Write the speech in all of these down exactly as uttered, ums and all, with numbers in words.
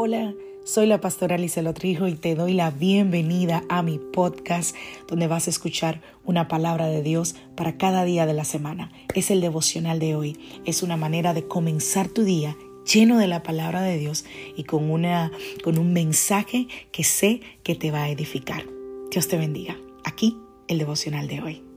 Hola, soy la pastora Lisela Trijo y te doy la bienvenida a mi podcast donde vas a escuchar una palabra de Dios para cada día de la semana. Es el devocional de hoy. Es una manera de comenzar tu día lleno de la palabra de Dios y con, una, con un mensaje que sé que te va a edificar. Dios te bendiga. Aquí el devocional de hoy.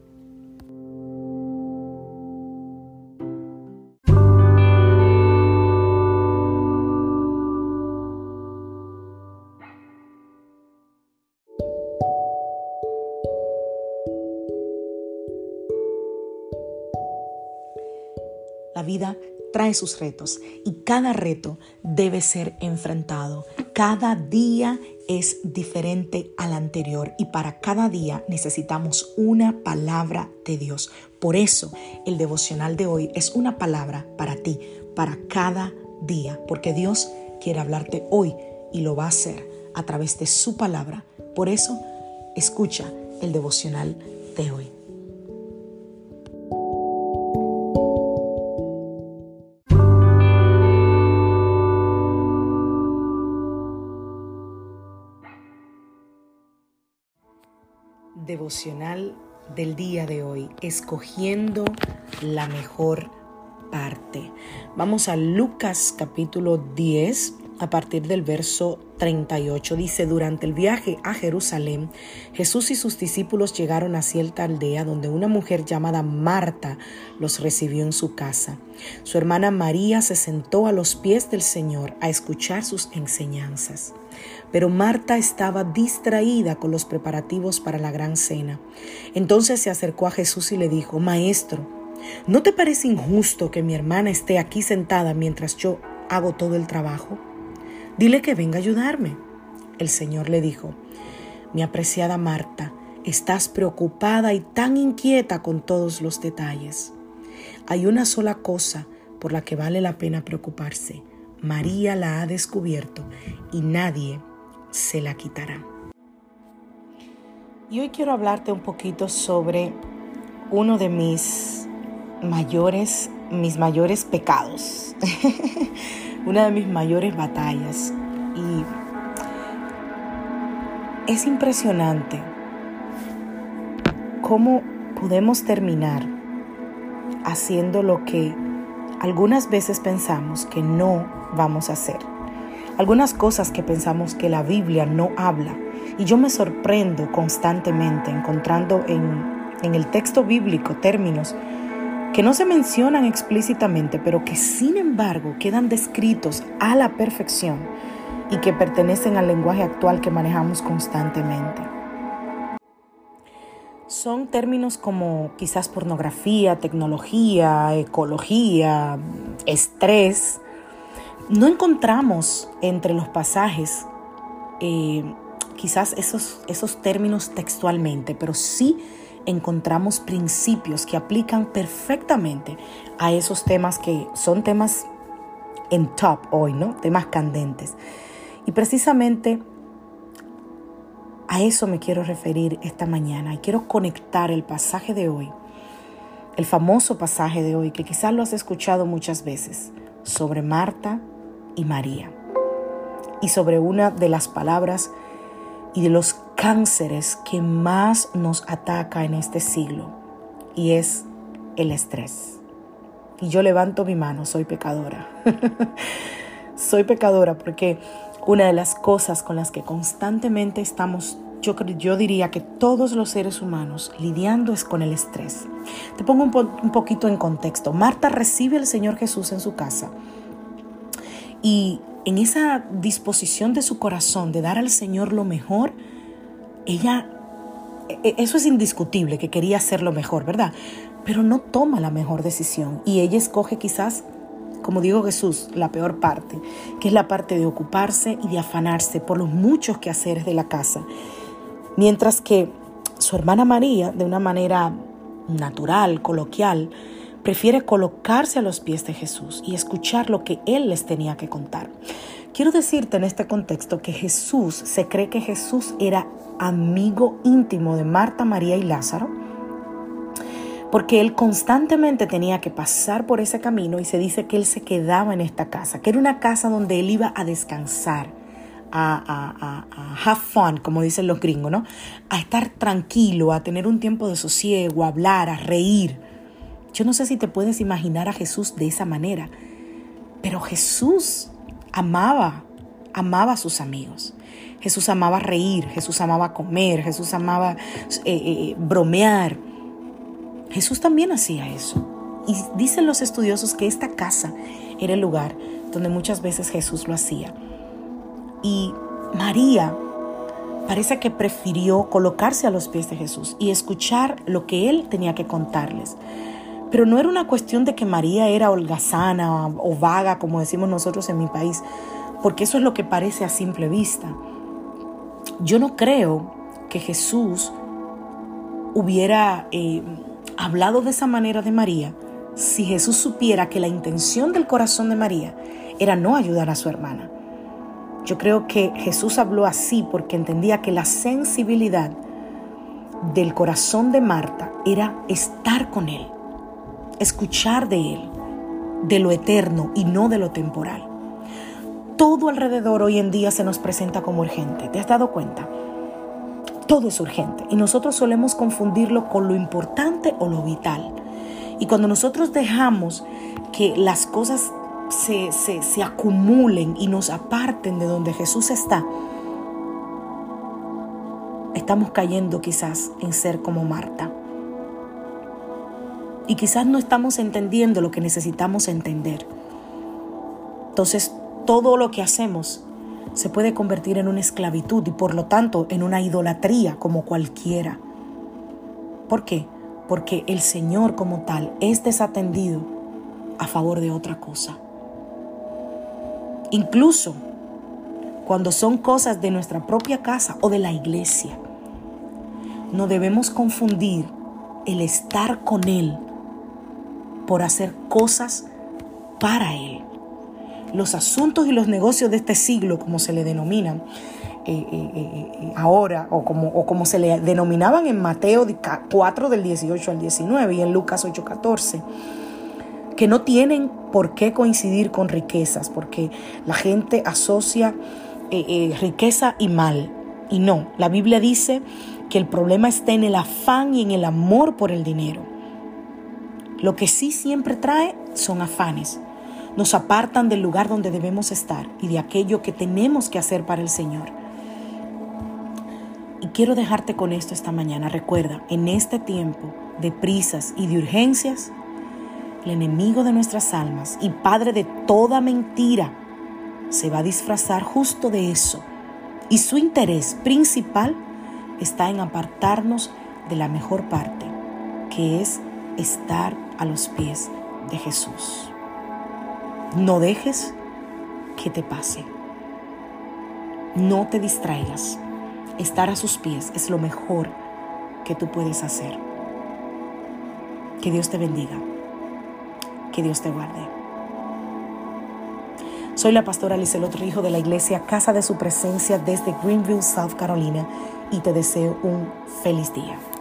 La vida trae sus retos y cada reto debe ser enfrentado. Cada día es diferente al anterior y para cada día necesitamos una palabra de Dios. Por eso el devocional de hoy es una palabra para ti, para cada día, porque Dios quiere hablarte hoy y lo va a hacer a través de su palabra. Por eso escucha el devocional de hoy. Devocional del día de hoy, escogiendo la mejor parte. Vamos a Lucas capítulo diez, a partir del verso treinta y ocho. Dice: durante el viaje a Jerusalén, Jesús y sus discípulos llegaron a cierta aldea donde una mujer llamada Marta los recibió en su casa. Su hermana María se sentó a los pies del Señor a escuchar sus enseñanzas. Pero Marta estaba distraída con los preparativos para la gran cena. Entonces se acercó a Jesús y le dijo: Maestro, ¿no te parece injusto que mi hermana esté aquí sentada mientras yo hago todo el trabajo? Dile que venga a ayudarme. El Señor le dijo: Mi apreciada Marta, estás preocupada y tan inquieta con todos los detalles. Hay una sola cosa por la que vale la pena preocuparse. María la ha descubierto y nadie se la quitará. Y hoy quiero hablarte un poquito sobre uno de mis mayores, mis mayores pecados, una de mis mayores batallas. Y es impresionante cómo podemos terminar haciendo lo que algunas veces pensamos que no vamos a hacer. Algunas cosas que pensamos que la Biblia no habla. Y yo me sorprendo constantemente encontrando en, en el texto bíblico términos que no se mencionan explícitamente, pero que sin embargo quedan descritos a la perfección y que pertenecen al lenguaje actual que manejamos constantemente. Son términos como quizás pornografía, tecnología, ecología, estrés. No encontramos entre los pasajes eh, quizás esos, esos términos textualmente, pero sí encontramos principios que aplican perfectamente a esos temas que son temas en top hoy, ¿no? Temas candentes. Y precisamente a eso me quiero referir esta mañana y quiero conectar el pasaje de hoy, el famoso pasaje de hoy que quizás lo has escuchado muchas veces, sobre Marta y María y sobre una de las palabras y de los cánceres que más nos ataca en este siglo, y es el estrés. Y yo levanto mi mano, soy pecadora. Soy pecadora porque una de las cosas con las que constantemente estamos, yo, yo diría que todos los seres humanos lidiando, es con el estrés. Te pongo un, po- un poquito en contexto. Marta recibe al Señor Jesús en su casa y en esa disposición de su corazón de dar al Señor lo mejor, ella, eso es indiscutible, que quería hacer lo mejor, ¿verdad? Pero no toma la mejor decisión y ella escoge quizás, como dijo Jesús, la peor parte, que es la parte de ocuparse y de afanarse por los muchos quehaceres de la casa. Mientras que su hermana María, de una manera natural, coloquial, prefiere colocarse a los pies de Jesús y escuchar lo que Él les tenía que contar. Quiero decirte en este contexto que Jesús, se cree que Jesús era amigo íntimo de Marta, María y Lázaro, porque él constantemente tenía que pasar por ese camino y se dice que él se quedaba en esta casa, que era una casa donde él iba a descansar, a, a, a, a have fun, como dicen los gringos, ¿no? A estar tranquilo, a tener un tiempo de sosiego, a hablar, a reír. Yo no sé si te puedes imaginar a Jesús de esa manera, pero Jesús amaba, amaba a sus amigos. Jesús amaba reír, Jesús amaba comer, Jesús amaba eh, eh, bromear. Jesús también hacía eso. Y dicen los estudiosos que esta casa era el lugar donde muchas veces Jesús lo hacía. Y María parece que prefirió colocarse a los pies de Jesús y escuchar lo que él tenía que contarles. Pero no era una cuestión de que María era holgazana o vaga, como decimos nosotros en mi país, porque eso es lo que parece a simple vista. Yo no creo que Jesús hubiera eh, hablado de esa manera de María si Jesús supiera que la intención del corazón de María era no ayudar a su hermana. Yo creo que Jesús habló así porque entendía que la sensibilidad del corazón de Marta era estar con él, escuchar de él, de lo eterno y no de lo temporal. Todo alrededor hoy en día se nos presenta como urgente. ¿Te has dado cuenta? Todo es urgente y nosotros solemos confundirlo con lo importante o lo vital. Y cuando nosotros dejamos que las cosas se, se, se acumulen y nos aparten de donde Jesús está, estamos cayendo quizás en ser como Marta. Y quizás no estamos entendiendo lo que necesitamos entender. Entonces, todo lo que hacemos se puede convertir en una esclavitud y por lo tanto en una idolatría como cualquiera. ¿Por qué? Porque el Señor como tal es desatendido a favor de otra cosa. Incluso cuando son cosas de nuestra propia casa o de la iglesia, no debemos confundir el estar con Él por hacer cosas para Él. Los asuntos y los negocios de este siglo, como se le denominan eh, eh, eh, ahora, o como, o como se le denominaban en Mateo cuatro del dieciocho al diecinueve y en Lucas ocho catorce, que no tienen por qué coincidir con riquezas, porque la gente asocia eh, eh, riqueza y mal. Y no, la Biblia dice que el problema está en el afán y en el amor por el dinero. Lo que sí siempre trae son afanes. Nos apartan del lugar donde debemos estar y de aquello que tenemos que hacer para el Señor. Y quiero dejarte con esto esta mañana. Recuerda, en este tiempo de prisas y de urgencias, el enemigo de nuestras almas y padre de toda mentira se va a disfrazar justo de eso. Y su interés principal está en apartarnos de la mejor parte, que es estar a los pies de Jesús. No dejes que te pase. No te distraigas. Estar a sus pies es lo mejor que tú puedes hacer. Que Dios te bendiga. Que Dios te guarde. Soy la pastora Lizelot Rijo de la iglesia Casa de Su Presencia desde Greenville, South Carolina, y te deseo un feliz día.